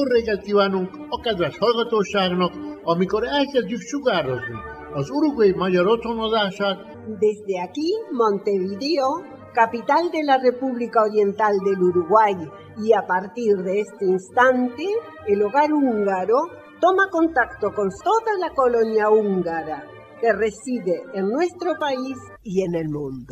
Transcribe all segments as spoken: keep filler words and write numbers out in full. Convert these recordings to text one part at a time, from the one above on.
reggel kívánunk a kedves hallgatóságnak, amikor elkezdjük sugározni az uruguay magyar otthonozását. Desde aquí, Montevideo, capital de la República Oriental del Uruguay, y a partir de este instante, el hogar húngaro toma contacto con toda la colonia húngara que reside en nuestro país y en el mundo.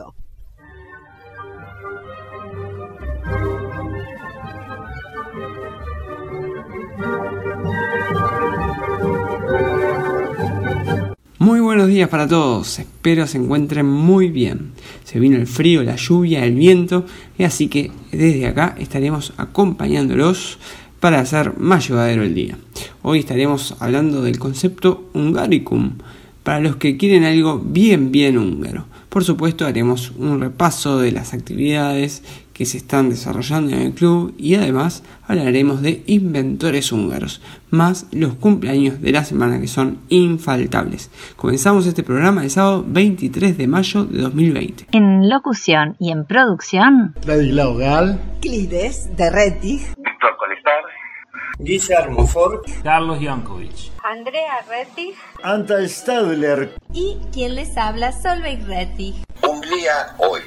Muy buenos días para todos, espero se encuentren muy bien. Se vino el frío, la lluvia, el viento, y así que desde acá estaremos acompañándolos para hacer más llevadero el día. Hoy estaremos hablando del concepto Hungaricum, para los que quieren algo bien bien húngaro. Por supuesto haremos un repaso de las actividades que se están desarrollando en el club y además hablaremos de inventores húngaros, más los cumpleaños de la semana que son infaltables. Comenzamos este programa el sábado veintitrés de mayo de dos mil veinte. En locución y en producción, Ladislao Gal, Clides de Rettig, Víctor Colestar, Guillermo Ford, Carlos Jankovic, Andrea Rettig, Anta Stadler y quien les habla, Solveig Rettig. Un día hoy.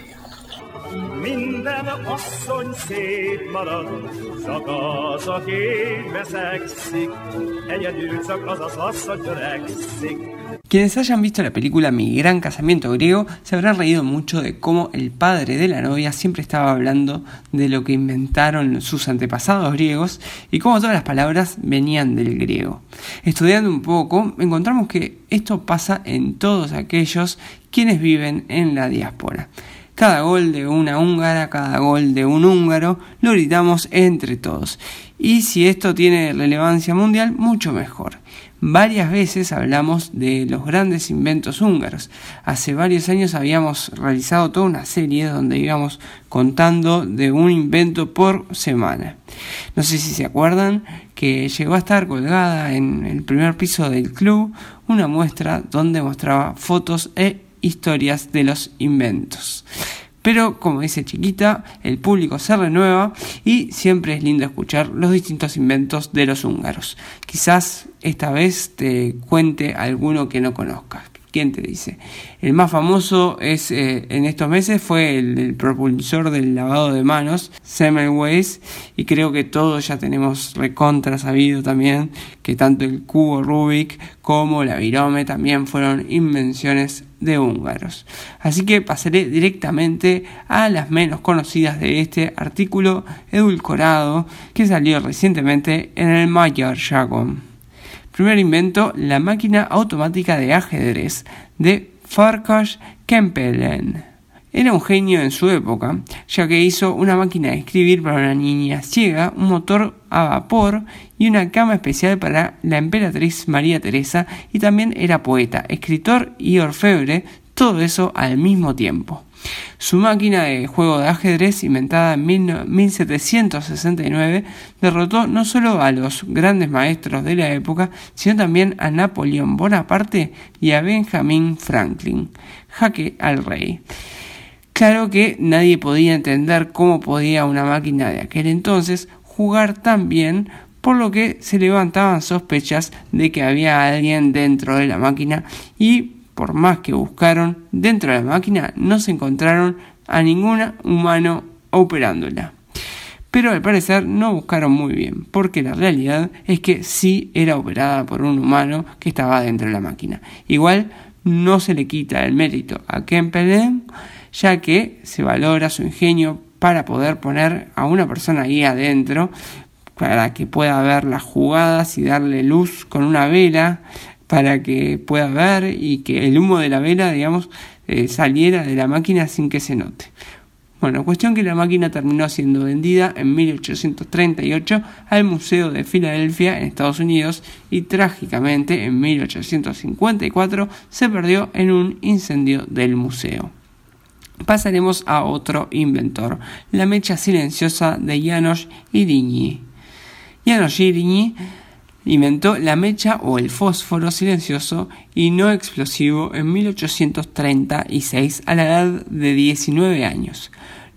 Minden asszony szép marad, csak az, aki veszekszik, egyedül csak az az asszony öregszik. Quienes hayan visto la película Mi Gran Casamiento Griego se habrán reído mucho de cómo el padre de la novia siempre estaba hablando de lo que inventaron sus antepasados griegos y cómo todas las palabras venían del griego. Estudiando un poco, encontramos que esto pasa en todos aquellos quienes viven en la diáspora. Cada gol de una húngara, cada gol de un húngaro, lo gritamos entre todos. Y si esto tiene relevancia mundial, mucho mejor. Varias veces hablamos de los grandes inventos húngaros. Hace varios años habíamos realizado toda una serie donde íbamos contando de un invento por semana. No sé si se acuerdan que llegó a estar colgada en el primer piso del club una muestra donde mostraba fotos e historias de los inventos. Pero como dice Chiquita, el público se renueva y siempre es lindo escuchar los distintos inventos de los húngaros. Quizás esta vez te cuente alguno que no conozcas. ¿Quién te dice? El más famoso es eh, en estos meses fue el, el propulsor del lavado de manos, Semmelweis, y creo que todos ya tenemos recontra sabido también que tanto el cubo Rubik como la virome también fueron invenciones de húngaros. Así que pasaré directamente a las menos conocidas de este artículo edulcorado que salió recientemente en el Magyar Jargon. Primer invento, la máquina automática de ajedrez de Farkas Kempelen. Era un genio en su época, ya que hizo una máquina de escribir para una niña ciega, un motor a vapor y una cama especial para la emperatriz María Teresa, y también era poeta, escritor y orfebre, todo eso al mismo tiempo. Su máquina de juego de ajedrez, inventada en mil setecientos sesenta y nueve, derrotó no solo a los grandes maestros de la época, sino también a Napoleón Bonaparte y a Benjamin Franklin. Jaque al rey. Claro que nadie podía entender cómo podía una máquina de aquel entonces jugar tan bien, por lo que se levantaban sospechas de que había alguien dentro de la máquina y por más que buscaron dentro de la máquina, no se encontraron a ningún humano operándola. Pero al parecer no buscaron muy bien, porque la realidad es que sí era operada por un humano que estaba dentro de la máquina. Igual no se le quita el mérito a Kempelen, ya que se valora su ingenio para poder poner a una persona ahí adentro, para que pueda ver las jugadas y darle luz con una vela, para que pueda ver y que el humo de la vela, digamos, eh, saliera de la máquina sin que se note. Bueno, cuestión que la máquina terminó siendo vendida en mil ochocientos treinta y ocho al Museo de Filadelfia en Estados Unidos y trágicamente en mil ochocientos cincuenta y cuatro se perdió en un incendio del museo. Pasaremos a otro inventor, la mecha silenciosa de János Irinyy. János Irinyy inventó la mecha o el fósforo silencioso y no explosivo en mil ochocientos treinta y seis a la edad de diecinueve años.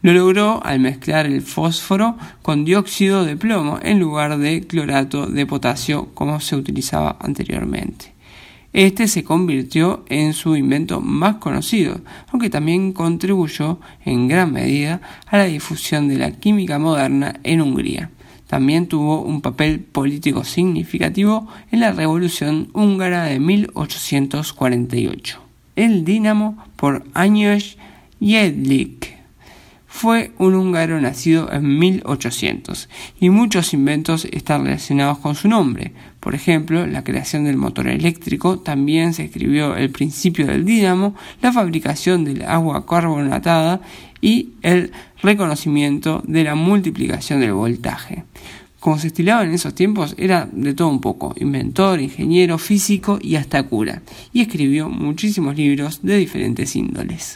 Lo logró al mezclar el fósforo con dióxido de plomo en lugar de clorato de potasio como se utilizaba anteriormente. Este se convirtió en su invento más conocido, aunque también contribuyó en gran medida a la difusión de la química moderna en Hungría. También tuvo un papel político significativo en la Revolución Húngara de mil ochocientos cuarenta y ocho. El dínamo por Ányos Jedlik fue un húngaro nacido en mil ochocientos y muchos inventos están relacionados con su nombre. Por ejemplo, la creación del motor eléctrico, también se escribió el principio del dínamo, la fabricación del agua carbonatada y el reconocimiento de la multiplicación del voltaje. Como se estilaba en esos tiempos, era de todo un poco, inventor, ingeniero, físico y hasta cura, y escribió muchísimos libros de diferentes índoles.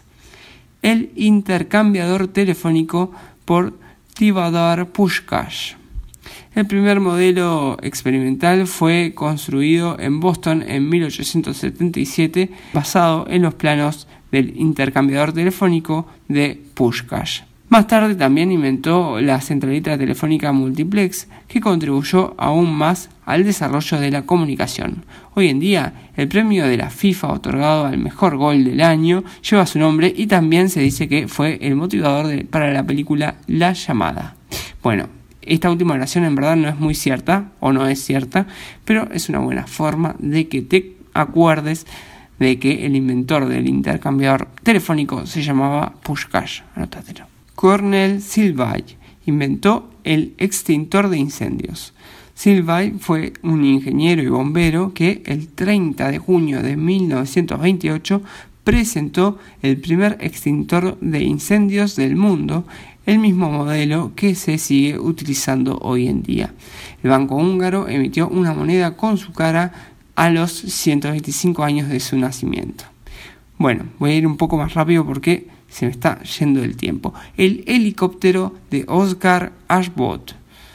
El intercambiador telefónico por Tivadar Puskás. El primer modelo experimental fue construido en Boston en mil ochocientos setenta y siete, basado en los planos del intercambiador telefónico de Puskás. Más tarde también inventó la centralita telefónica multiplex, que contribuyó aún más al desarrollo de la comunicación. Hoy en día, el premio de la FIFA otorgado al mejor gol del año lleva su nombre y también se dice que fue el motivador de, para la película La Llamada. Bueno, esta última oración en verdad no es muy cierta, o no es cierta, pero es una buena forma de que te acuerdes de que el inventor del intercambiador telefónico se llamaba Puskás. Anótatelo. Cornel Silvay inventó el extintor de incendios. Silvay fue un ingeniero y bombero que el treinta de junio de mil novecientos veintiocho presentó el primer extintor de incendios del mundo, el mismo modelo que se sigue utilizando hoy en día. El Banco Húngaro emitió una moneda con su cara a los ciento veinticinco años de su nacimiento. Bueno, voy a ir un poco más rápido porque se me está yendo el tiempo. El helicóptero de Oscar Ashbot.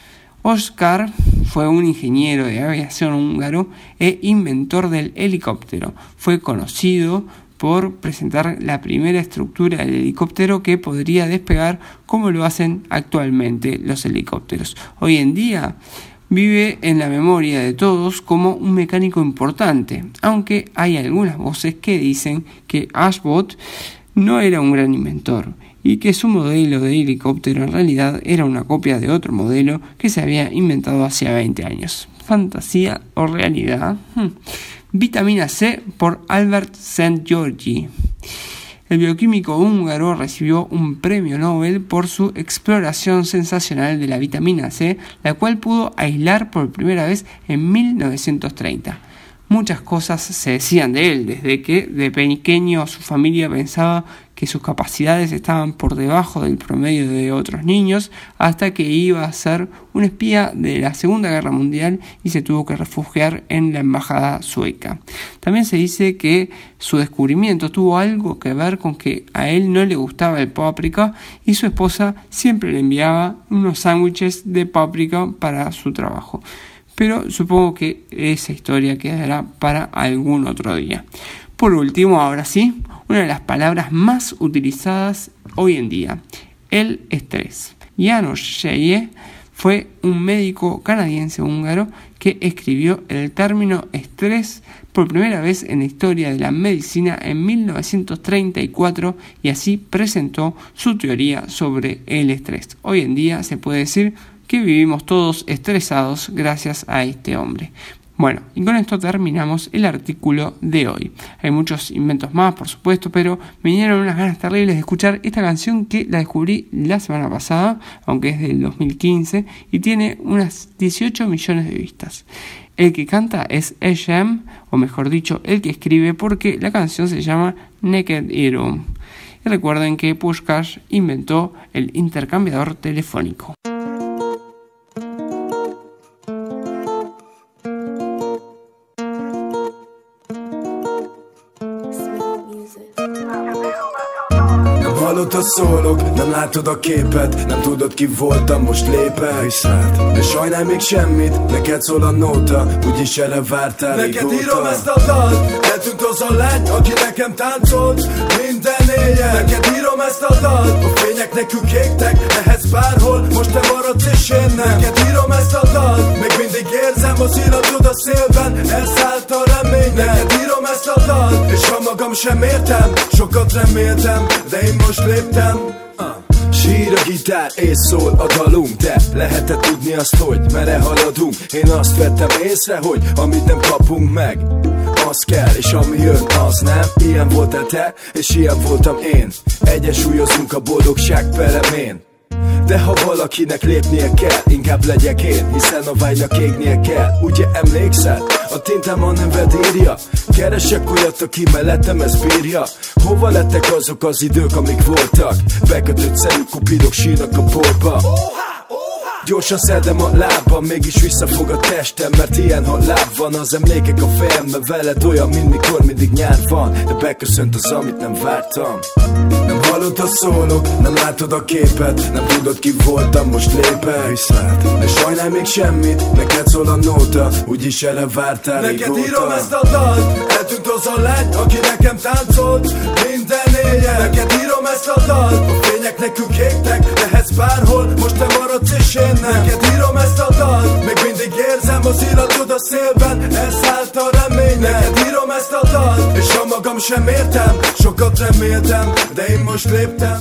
Oscar fue un ingeniero de aviación húngaro e inventor del helicóptero. Fue conocido por presentar la primera estructura del helicóptero que podría despegar como lo hacen actualmente los helicópteros. Hoy en día vive en la memoria de todos como un mecánico importante, aunque hay algunas voces que dicen que Ashbot no era un gran inventor y que su modelo de helicóptero en realidad era una copia de otro modelo que se había inventado hacía veinte años. ¿Fantasía o realidad? Hmm. Vitamina C por Albert Szent-Györgyi. El bioquímico húngaro recibió un premio Nobel por su exploración sensacional de la vitamina C, la cual pudo aislar por primera vez en mil novecientos treinta. Muchas cosas se decían de él, desde que de pequeño su familia pensaba que sus capacidades estaban por debajo del promedio de otros niños, hasta que iba a ser un espía de la Segunda Guerra Mundial y se tuvo que refugiar en la embajada sueca. También se dice que su descubrimiento tuvo algo que ver con que a él no le gustaba el páprica y su esposa siempre le enviaba unos sándwiches de páprica para su trabajo. Pero supongo que esa historia quedará para algún otro día. Por último, ahora sí, una de las palabras más utilizadas hoy en día, el estrés. János Selye fue un médico canadiense húngaro que escribió el término estrés por primera vez en la historia de la medicina en mil novecientos treinta y cuatro y así presentó su teoría sobre el estrés. Hoy en día se puede decir que vivimos todos estresados gracias a este hombre. Bueno, y con esto terminamos el artículo de hoy. Hay muchos inventos más, por supuesto, pero me vinieron unas ganas terribles de escuchar esta canción que la descubrí la semana pasada, aunque es del dos mil quince, y tiene unas dieciocho millones de vistas. El que canta es Esham, o mejor dicho, el que escribe, porque la canción se llama Naked Hero. Y recuerden que Puskás inventó el intercambiador telefónico. Hallottad szólok, nem látod a képet, nem tudod ki voltam, most lépek Viszlát. De sajnálj még semmit, neked szól a nóta, úgyis erre vártál régóta. Neked írom ezt a dalt, eltűnt a az a lány, aki nekem táncolt minden éjjel. Neked írom ezt a dalt, a fények nekünk égtek, lehetsz bárhol, most te maradsz és én nem. Neked írom ezt a dalt, még mindig érzem az illatod a szélben, elszállt a remény. Neked írom ezt a dalt, és ha magam sem értem, sokat reméltem, de én most léptem. uh. Sír a gitár és szól a dalunk, de lehet-e tudni azt, hogy merre haladunk? Én azt vettem észre, hogy amit nem kapunk meg, az kell, és ami jön, az nem. Ilyen voltál te, és ilyen voltam én. Egyesúlyozunk a boldogság peremén. De ha valakinek lépnie kell, inkább legyek én, hiszen a vágynak égnie kell. Ugye emlékszel? A tintám a neved írja. Keresek olyat, aki mellettem ezt bírja. Hova lettek azok az idők, amik voltak? Bekötött szerű kupidok sírnak a porba. Gyorsan szedem a lábam, mégis visszafog a testem, mert ilyen, ha láb van, az emlékek a fejemben. Veled olyan, mint mikor mindig nyár van, de beköszönt az, amit nem vártam. Nem hallod, ha szólok, nem látod a képet, nem tudod, ki voltam, most lépek viszlát. Ne sajnálj még semmit, neked szól a nóta, úgyis erre vártál régóta. Neked írom ezt a dalt, eltűnt az a lány, aki nekem táncolt minden éjjel. Neked írom ezt a dalt, a fények nekünk égtek, lehetsz bárhol, most te maradsz és én nem. Neked írom ezt a dalt, még mindig érzem az illatod a szélben, elszállt a remény. Neked írom ezt a dalt, és ha magam sem értem, sokat reméltem, de én most léptem.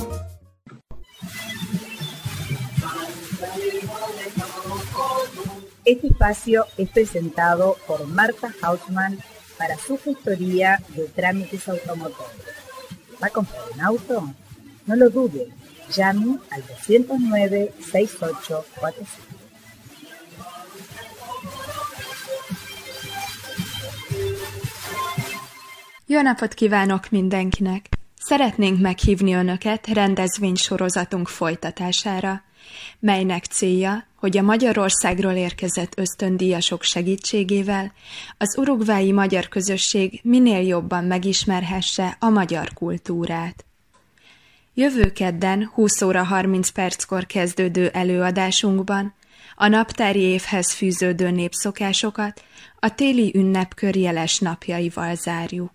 Este espacio es presentado por Marta Hausmann para su gestoría de trámites automotores. ¿Va a comprar un auto? No lo dude, llame al dos cero nueve, seis ocho cuatro cinco. Jó napot kívánok mindenkinek! Szeretnénk meghívni Önöket rendezvénysorozatunk folytatására, melynek célja, hogy a Magyarországról érkezett ösztöndíjasok segítségével az uruguayi magyar közösség minél jobban megismerhesse a magyar kultúrát. Jövő kedden húsz óra harminc perckor kezdődő előadásunkban a naptári évhez fűződő népszokásokat a téli ünnepkör jeles napjaival zárjuk.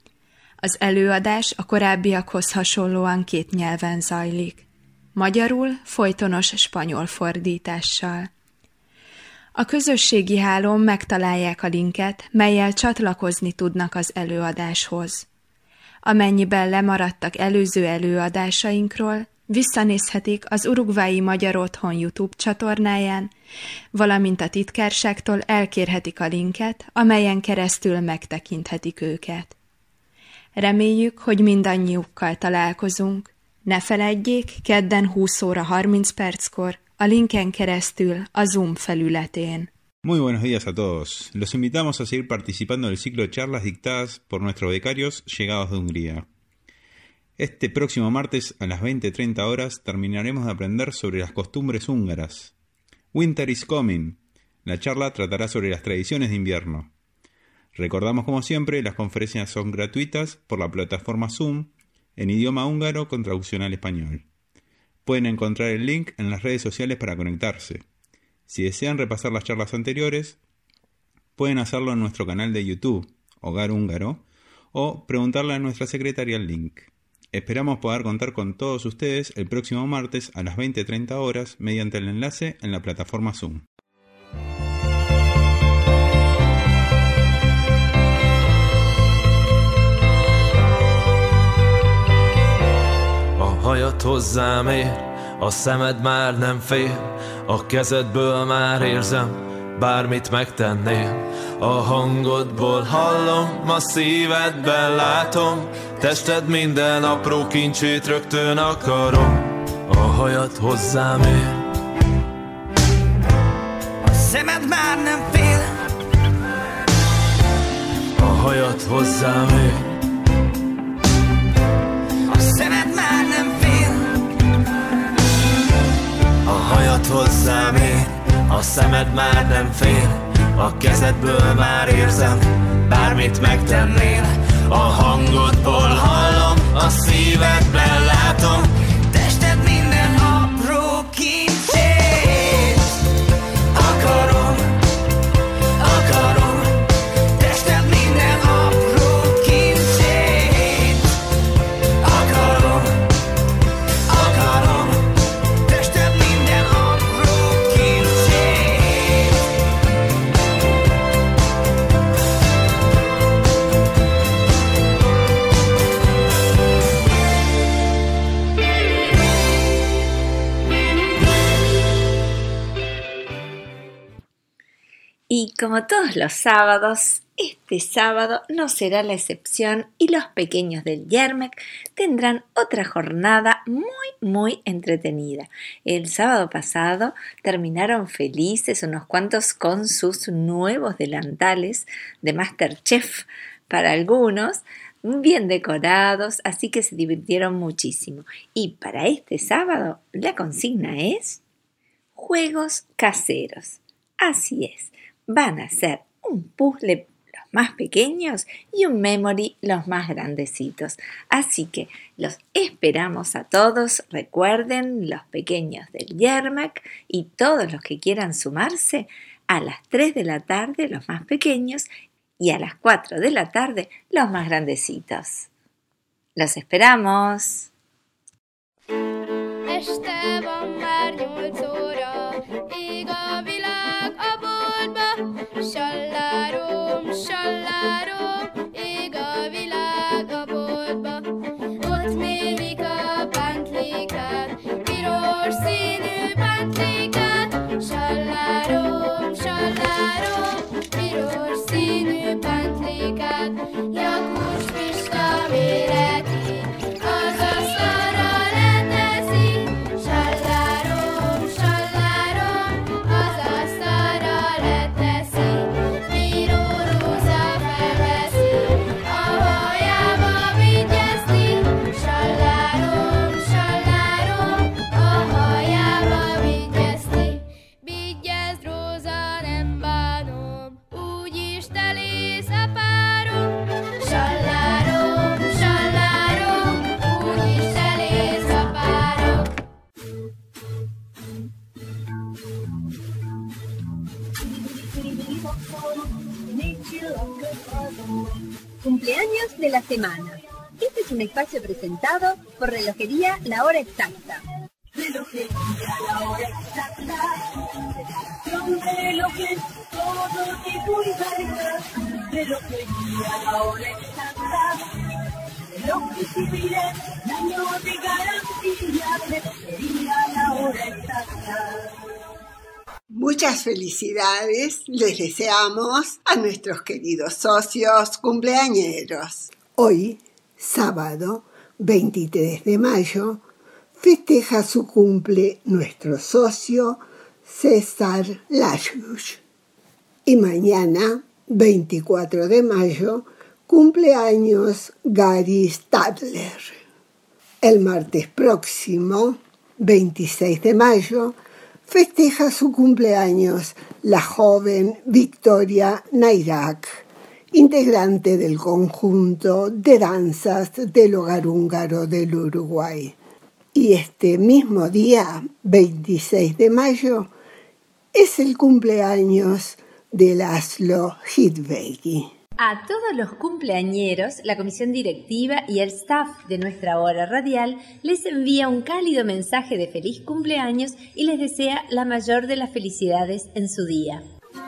Az előadás a korábbiakhoz hasonlóan két nyelven zajlik. Magyarul, folytonos spanyol fordítással. A közösségi hálón megtalálják a linket, mellyel csatlakozni tudnak az előadáshoz. Amennyiben lemaradtak előző előadásainkról, visszanézhetik az Uruguayi Magyar Otthon YouTube csatornáján, valamint a titkárságtól elkérhetik a linket, amelyen keresztül megtekinthetik őket. Reméljük, hogy mindannyiukkal találkozunk. Ne feledjék, kedden húsz óra harminc perckor, a linken keresztül a Zoom felületén. Muy buenos días a todos. Los invitamos a seguir participando del ciclo de charlas dictadas por nuestros becarios llegados de Hungría. Este próximo martes a las veinte treinta horas terminaremos de aprender sobre las costumbres húngaras. Winter is coming. La charla tratará sobre las tradiciones de invierno. Recordamos como siempre, las conferencias son gratuitas por la plataforma Zoom en idioma húngaro con traducción al español. Pueden encontrar el link en las redes sociales para conectarse. Si desean repasar las charlas anteriores, pueden hacerlo en nuestro canal de YouTube, Hogar Húngaro, o preguntarle a nuestra secretaria el link. Esperamos poder contar con todos ustedes el próximo martes a las veinte treinta horas mediante el enlace en la plataforma Zoom. Hajad hozzám ér, a szemed már nem fél, a kezedből már érzem, bármit megtennél. A hangodból hallom, a szívedben látom, tested minden apró kincsét rögtön akarom. A hajad hozzám ér. A szemed már nem fél, a hajad hozzám ér. A szemed már nem fél, a hajad hozzám ér. A szemed már nem fél, a kezedből már érzem, bármit megtennél. A hangodból hallom, a szívedben látom, tested minden apró kincsét akarom, akarom, tested minden apró kincsét como todos los sábados, este sábado no será la excepción y los pequeños del Yermek tendrán otra jornada muy, muy entretenida. El sábado pasado terminaron felices unos cuantos con sus nuevos delantales de MasterChef para algunos, bien decorados, así que se divirtieron muchísimo. Y para este sábado la consigna es juegos caseros. Así es, van a ser un puzzle los más pequeños y un memory los más grandecitos. Así que los esperamos a todos. Recuerden, los pequeños del Yermek y todos los que quieran sumarse, a las tres de la tarde los más pequeños y a las cuatro de la tarde los más grandecitos. ¡Los esperamos! Este van már nyolc óra, ég a világ a boltba. Sallárom, sallárom, ég a világ a boltba. Ott mérlik a pántlikát, piros színű pántlikát. Sallárom, sallárom, piros színű pántlikát. Jakubs Pista méreti, az asztalra leteszi. Sallárom, sallárom, az asztalra leteszi. Bíró Róza felveszi, a hajába vigyezti. Sallárom, sallárom, a hajába vigyezti. Vigyezd, Róza, nem bánom, úgyis te lész a párom. Sallárom, sallárom, úgyis te lész a párom. Cumpleaños de la semana. Este es un espacio presentado por Relojería La Hora Exacta. Relojería La Hora Exacta. Son relojes, todo tipo y calidad. Relojería La Hora Exacta. Relojes civiles, años de garantía. Relojería La Hora Exacta. Muchas felicidades les deseamos a nuestros queridos socios cumpleañeros. Hoy, sábado veintitrés de mayo, festeja su cumple nuestro socio César Lajos. Y mañana, veinticuatro de mayo, cumpleaños Gary Stadler. El martes próximo, veintiséis de mayo, festeja su cumpleaños la joven Victoria Nairak, integrante del conjunto de danzas del Hogar Húngaro del Uruguay. Y este mismo día, veintiséis de mayo, es el cumpleaños de Laszlo Hidvegi. A todos los cumpleañeros, la comisión directiva y el staff de nuestra hora radial les envía un cálido mensaje de feliz cumpleaños y les desea la mayor de las felicidades en su día.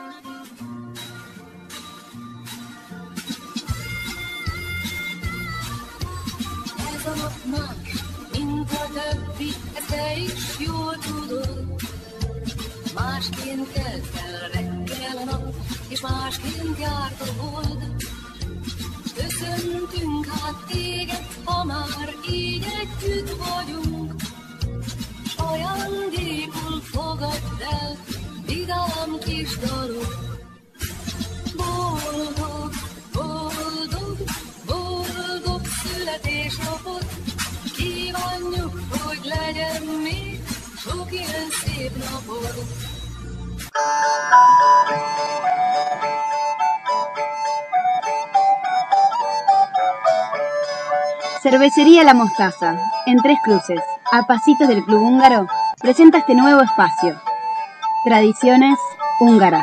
Másként kelt el reggel a nap, és másként járt a hold. Köszöntünk hát téged, ha már így együtt vagyunk. S ajándékul fogadd el, vidám kis dalok. Boldog, boldog, boldog születésnapot, kívánjuk, hogy legyen még sok ilyen szép napod. Cervecería La Mostaza, en Tres Cruces, a pasitos del Club Húngaro, presenta este nuevo espacio. Tradiciones húngaras.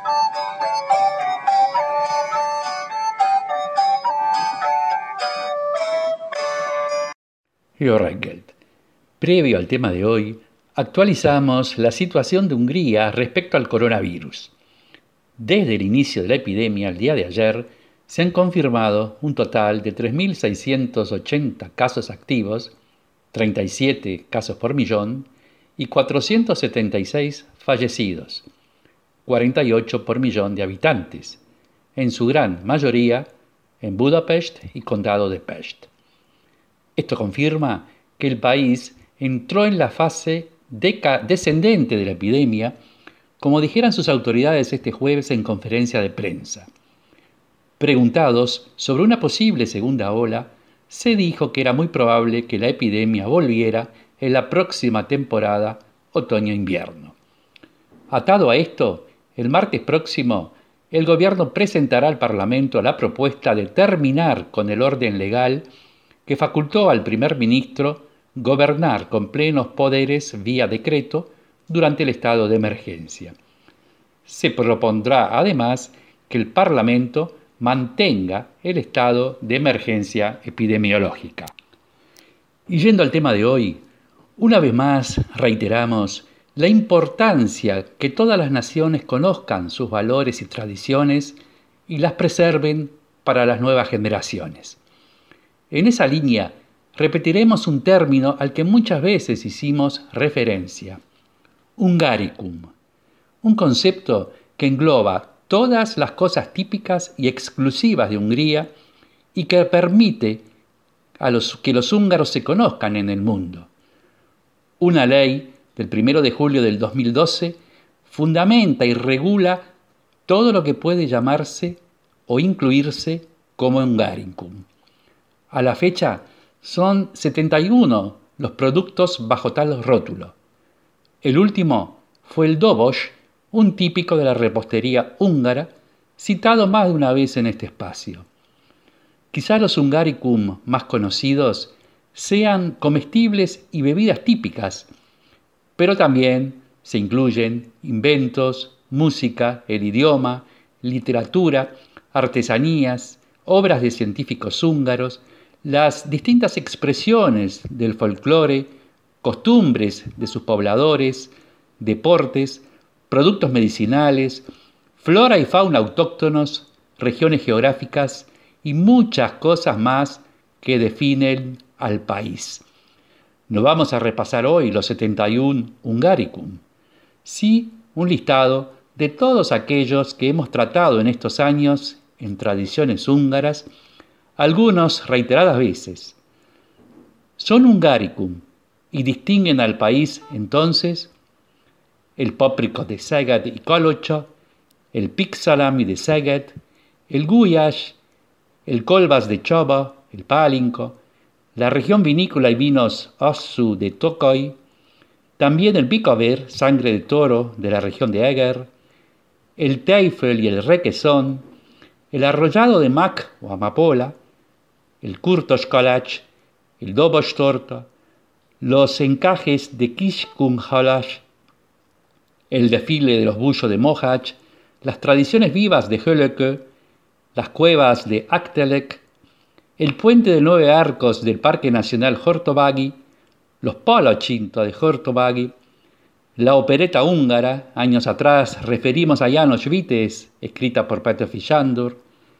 Jó reggelt. Previo al tema de hoy, actualizamos la situación de Hungría respecto al coronavirus. Desde el inicio de la epidemia, el día de ayer, se han confirmado un total de tres mil seiscientos ochenta casos activos, treinta y siete casos por millón y cuatrocientos setenta y seis fallecidos. cuarenta y ocho por millón de habitantes, en su gran mayoría en Budapest y Condado de Pest. Esto confirma que el país entró en la fase descendente de la epidemia, como dijeran sus autoridades este jueves en conferencia de prensa. Preguntados sobre una posible segunda ola, se dijo que era muy probable que la epidemia volviera en la próxima temporada otoño-invierno. Atado a esto, el martes próximo, el gobierno presentará al Parlamento la propuesta de terminar con el orden legal que facultó al primer ministro gobernar con plenos poderes vía decreto durante el estado de emergencia. Se propondrá además que el Parlamento mantenga el estado de emergencia epidemiológica. Y yendo al tema de hoy, una vez más reiteramos la importancia que todas las naciones conozcan sus valores y tradiciones y las preserven para las nuevas generaciones. En esa línea, repetiremos un término al que muchas veces hicimos referencia: Hungaricum, un concepto que engloba todas las cosas típicas y exclusivas de Hungría y que permite a los, que los húngaros se conozcan en el mundo. Una ley del primero de julio del dos mil doce fundamenta y regula todo lo que puede llamarse o incluirse como Hungaricum. A la fecha son setenta y uno los productos bajo tal rótulo. El último fue el dobos, un típico de la repostería húngara, citado más de una vez en este espacio. Quizá los Hungaricum más conocidos sean comestibles y bebidas típicas, pero también se incluyen inventos, música, el idioma, literatura, artesanías, obras de científicos húngaros, las distintas expresiones del folclore, costumbres de sus pobladores, deportes, productos medicinales, flora y fauna autóctonos, regiones geográficas y muchas cosas más que definen al país. No vamos a repasar hoy los setenta y uno Hungaricum, sí un listado de todos aquellos que hemos tratado en estos años en tradiciones húngaras, algunos reiteradas veces. Son Hungaricum y distinguen al país entonces el póprico de Szeged y Kalocha, el pixalami de Szeged, el gulyás, el kolbász de Csaba, el pálinco, la región vinícola y vinos Assú de Tokaj, también el bikaver, sangre de toro de la región de Eger, el teifel y el requesón, el arrollado de mac o amapola, el kurtoskalács, el dobos torta, los encajes de Kiskunhalas, el desfile de los bullos de Mohács, las tradiciones vivas de Hölökö, las cuevas de Aktelek, el puente de nueve arcos del Parque Nacional Hortobágy, los palacsinta de Hortobágy, la opereta húngara, años atrás referimos a János Vitéz, escrita por Petőfi Sándor.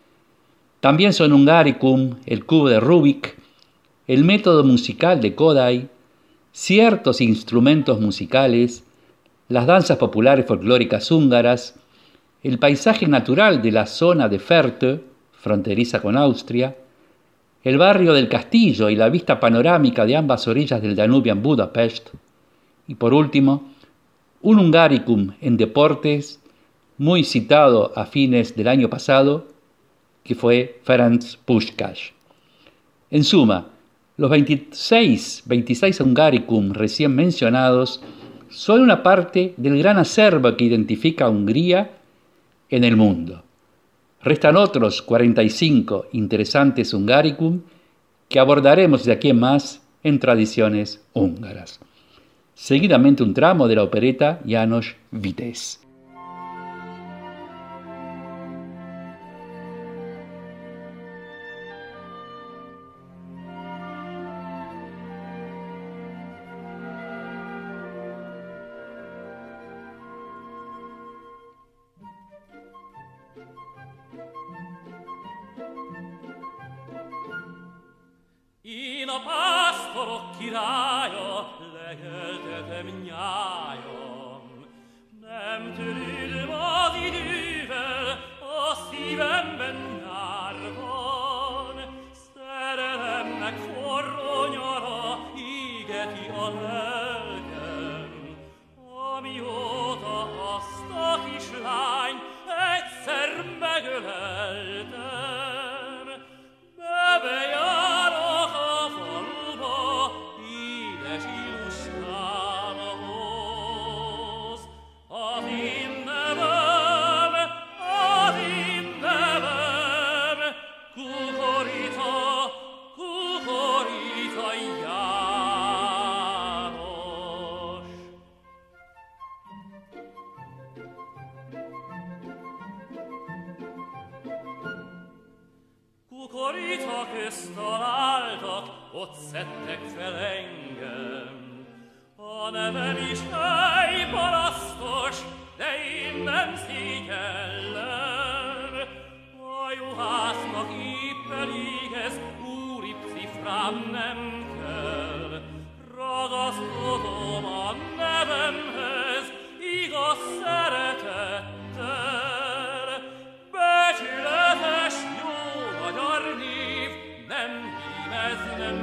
También son Hungaricum el cubo de Rubik, el método musical de Kodály, ciertos instrumentos musicales, las danzas populares folclóricas húngaras, el paisaje natural de la zona de Fertő, fronteriza con Austria, el barrio del Castillo y la vista panorámica de ambas orillas del Danubio en Budapest, y por último, un Hungaricum en deportes muy citado a fines del año pasado, que fue Ferenc Puskás. En suma, los veintiséis, veintiséis Hungaricum recién mencionados son una parte del gran acervo que identifica a Hungría en el mundo. Restan otros cuarenta y cinco interesantes Hungaricum que abordaremos de aquí en más en tradiciones húngaras. Seguidamente un tramo de la opereta János Vitéz. Én a pásztorok királya, legeltetem nyájam, nem törődöm a idővel a szívemben nyár van. Szerelemnek forró nyara égeti a lelkem, amióta azt a kislányt egyszer megöleltem. Bebejárok a faluba, édes Iluskához. Az én nevem, az én nevem, Kukorita, Kukorita János. Kukorita közt találtak, ott szedtek fel engem. A nevem is helyparasztos, de én nem szégyellem. A juhásznak épp elég ez, úri cifrám nem kell. Ragaszkodom a nevemhez, igaz szeretettel. Becsületes jó magyar név, nem hímez, nem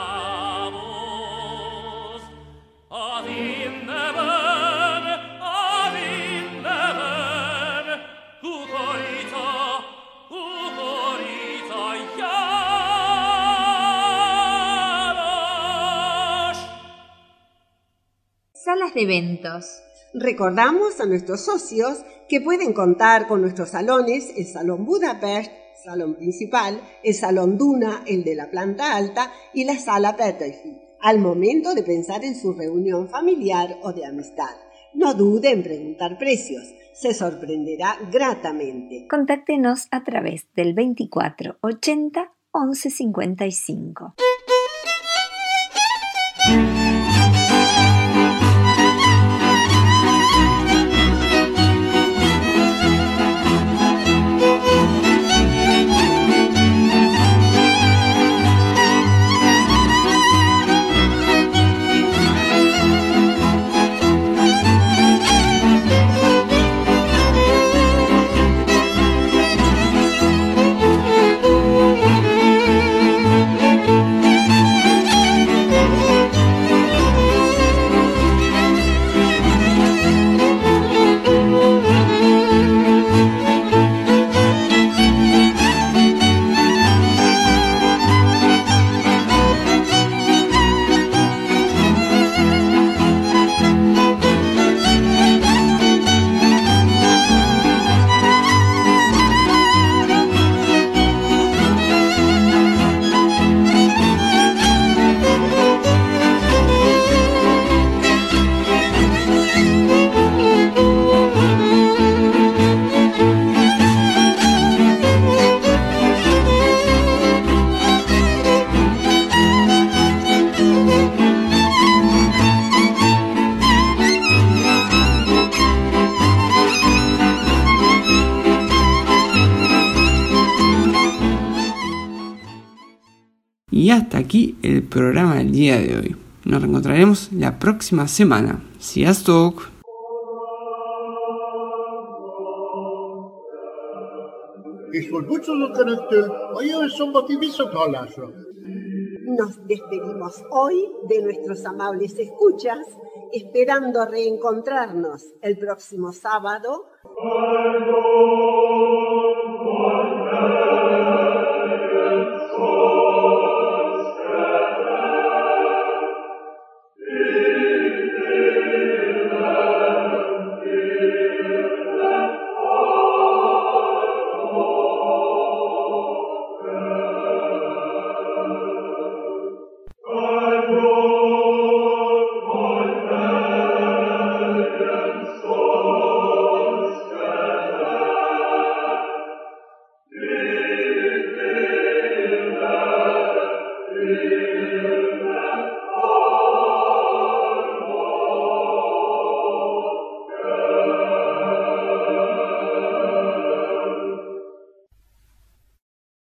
háboz. Az én nevem, az én nevem, Kukorita, Kukorita János. Salas de eventos. Recordamos a nuestros socios que pueden contar con nuestros salones, el Salón Budapest, salón principal, el Salón Duna, el de la planta alta, y la Sala Peterfield, al momento de pensar en su reunión familiar o de amistad. No dude en preguntar precios, se sorprenderá gratamente. Contáctenos a través del veinticuatro ochenta once cincuenta y cinco. Y hasta aquí el programa del día de hoy. Nos reencontraremos la próxima semana. Sziasztok! És most búcsúzok Önöktől a jövő szombati viszonthallásra. Nos despedimos hoy de nuestros amables escuchas, esperando reencontrarnos el próximo sábado.